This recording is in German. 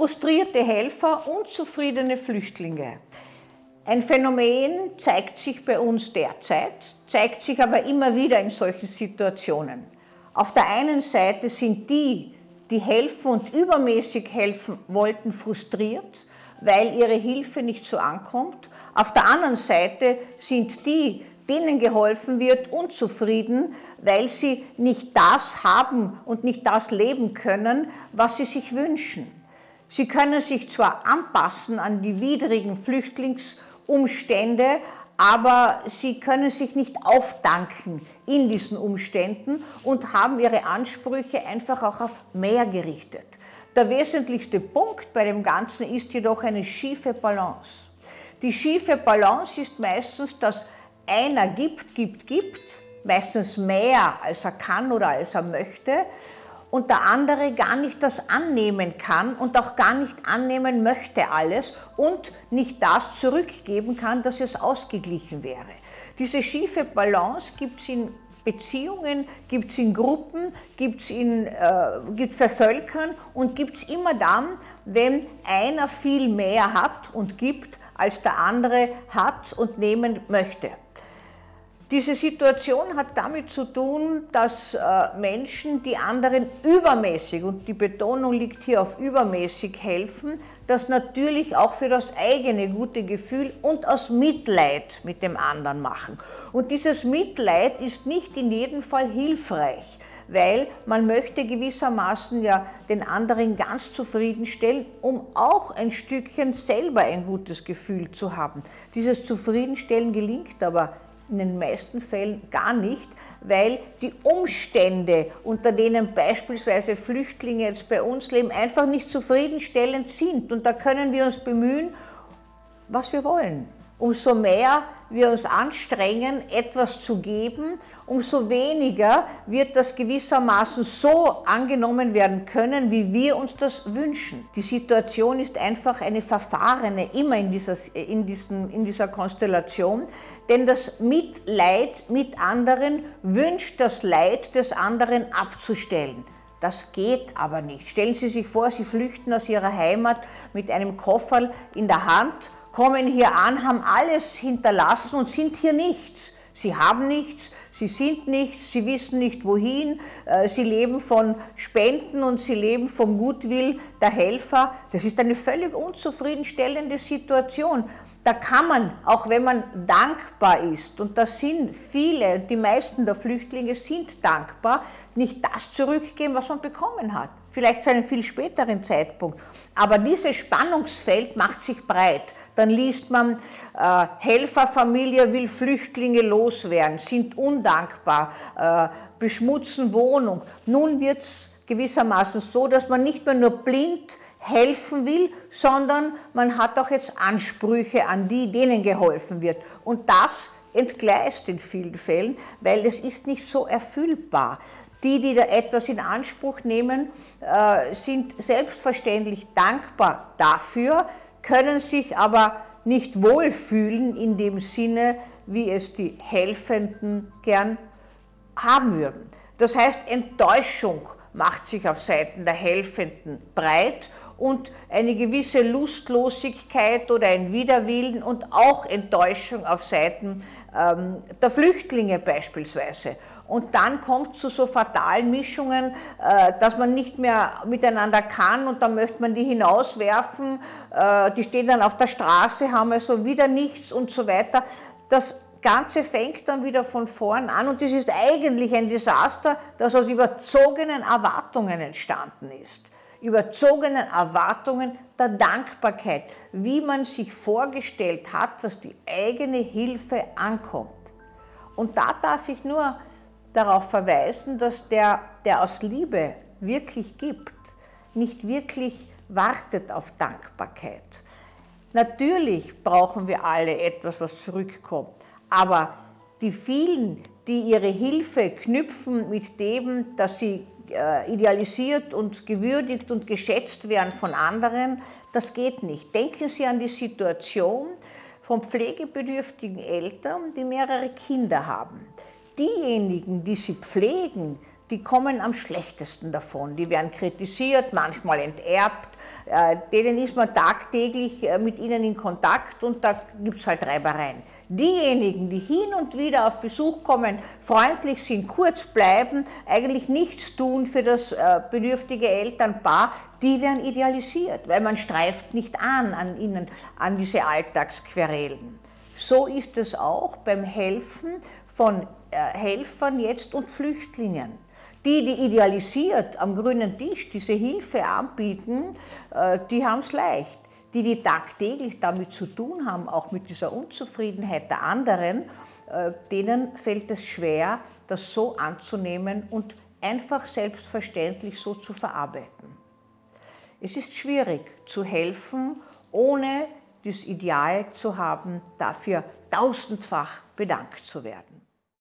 frustrierte Helfer, unzufriedene Flüchtlinge. Ein Phänomen zeigt sich bei uns derzeit, zeigt sich aber immer wieder in solchen Situationen. Auf der einen Seite sind die, die helfen und übermäßig helfen wollten, frustriert, weil ihre Hilfe nicht so ankommt. Auf der anderen Seite sind die, denen geholfen wird, unzufrieden, weil sie nicht das haben und nicht das leben können, was sie sich wünschen. Sie können sich zwar anpassen an die widrigen Flüchtlingsumstände, aber sie können sich nicht aufdanken in diesen Umständen und haben ihre Ansprüche einfach auch auf mehr gerichtet. Der wesentlichste Punkt bei dem Ganzen ist jedoch eine schiefe Balance. Die schiefe Balance ist meistens, dass einer gibt, meistens mehr als er kann oder als er möchte, und der andere gar nicht das annehmen kann und auch gar nicht annehmen möchte alles und nicht das zurückgeben kann, dass es ausgeglichen wäre. Diese schiefe Balance gibt es in Beziehungen, gibt es in Gruppen, gibt es bei Völkern und gibt es immer dann, wenn einer viel mehr hat und gibt, als der andere hat und nehmen möchte. Diese Situation hat damit zu tun, dass Menschen, die anderen übermäßig, und die Betonung liegt hier auf übermäßig, helfen, das natürlich auch für das eigene gute Gefühl und aus Mitleid mit dem anderen machen. Und dieses Mitleid ist nicht in jedem Fall hilfreich, weil man möchte gewissermaßen ja den anderen ganz zufriedenstellen, um auch ein Stückchen selber ein gutes Gefühl zu haben. Dieses Zufriedenstellen gelingt aber in den meisten Fällen gar nicht, weil die Umstände, unter denen beispielsweise Flüchtlinge jetzt bei uns leben, einfach nicht zufriedenstellend sind. Und da können wir uns bemühen, was wir wollen. Umso mehr wir uns anstrengen, etwas zu geben, umso weniger wird das gewissermaßen so angenommen werden können, wie wir uns das wünschen. Die Situation ist einfach eine verfahrene, immer in dieser Konstellation, denn das Mitleid mit anderen wünscht das Leid des anderen abzustellen. Das geht aber nicht. Stellen Sie sich vor, Sie flüchten aus Ihrer Heimat mit einem Kofferl in der Hand, kommen hier an, haben alles hinterlassen und sind hier nichts. Sie haben nichts, sie sind nichts, sie wissen nicht wohin, sie leben von Spenden und sie leben vom Gutwill der Helfer. Das ist eine völlig unzufriedenstellende Situation. Da kann man, auch wenn man dankbar ist, und das sind viele, die meisten der Flüchtlinge sind dankbar, nicht das zurückgeben, was man bekommen hat. Vielleicht zu einem viel späteren Zeitpunkt. Aber dieses Spannungsfeld macht sich breit. Dann liest man, Helferfamilie will Flüchtlinge loswerden, sind undankbar, beschmutzen Wohnung. Nun wird es gewissermaßen so, dass man nicht mehr nur blind helfen will, sondern man hat auch jetzt Ansprüche an die, denen geholfen wird. Und das entgleist in vielen Fällen, weil es ist nicht so erfüllbar. Die da etwas in Anspruch nehmen, sind selbstverständlich dankbar dafür, können sich aber nicht wohlfühlen in dem Sinne, wie es die Helfenden gern haben würden. Das heißt, Enttäuschung macht sich auf Seiten der Helfenden breit und eine gewisse Lustlosigkeit oder ein Widerwillen und auch Enttäuschung auf Seiten der Flüchtlinge beispielsweise. Und dann kommt es zu so fatalen Mischungen, dass man nicht mehr miteinander kann und dann möchte man die hinauswerfen, die stehen dann auf der Straße, haben also wieder nichts und so weiter. Das Ganze fängt dann wieder von vorn an und das ist eigentlich ein Desaster, das aus überzogenen Erwartungen entstanden ist. Überzogenen Erwartungen der Dankbarkeit, wie man sich vorgestellt hat, dass die eigene Hilfe ankommt. Und da darf ich nur darauf verweisen, dass der aus Liebe wirklich gibt, nicht wirklich wartet auf Dankbarkeit. Natürlich brauchen wir alle etwas, was zurückkommt, aber die vielen, die ihre Hilfe knüpfen mit dem, dass sie idealisiert und gewürdigt und geschätzt werden von anderen, das geht nicht. Denken Sie an die Situation von pflegebedürftigen Eltern, die mehrere Kinder haben. Diejenigen, die sie pflegen, die kommen am schlechtesten davon. Die werden kritisiert, manchmal enterbt, denen ist man tagtäglich mit ihnen in Kontakt und da gibt es halt Reibereien. Diejenigen, die hin und wieder auf Besuch kommen, freundlich sind, kurz bleiben, eigentlich nichts tun für das bedürftige Elternpaar, die werden idealisiert, weil man streift nicht an ihnen, an diese Alltagsquerelen. So ist es auch beim Helfen von Helfern jetzt und Flüchtlingen. Die idealisiert am grünen Tisch diese Hilfe anbieten, die haben es leicht. Die tagtäglich damit zu tun haben, auch mit dieser Unzufriedenheit der anderen, denen fällt es schwer, das so anzunehmen und einfach selbstverständlich so zu verarbeiten. Es ist schwierig zu helfen, ohne das Ideal zu haben, dafür tausendfach bedankt zu werden.